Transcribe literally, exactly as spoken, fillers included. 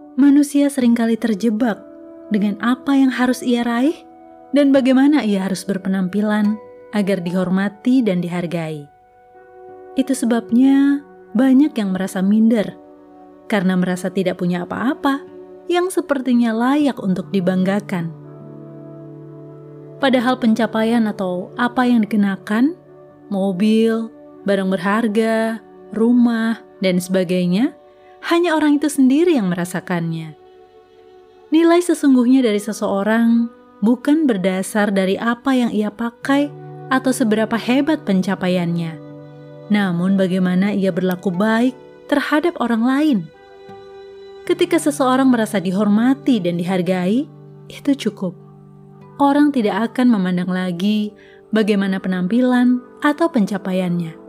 Manusia seringkali terjebak dengan apa yang harus ia raih dan bagaimana ia harus berpenampilan agar dihormati dan dihargai. Itu sebabnya banyak yang merasa minder karena merasa tidak punya apa-apa yang sepertinya layak untuk dibanggakan. Padahal pencapaian atau apa yang dikenakan, mobil, barang berharga, rumah, dan sebagainya, hanya orang itu sendiri yang merasakannya. Nilai sesungguhnya dari seseorang bukan berdasar dari apa yang ia pakai atau seberapa hebat pencapaiannya, namun bagaimana ia berlaku baik terhadap orang lain. Ketika seseorang merasa dihormati dan dihargai, itu cukup. Orang tidak akan memandang lagi bagaimana penampilan atau pencapaiannya.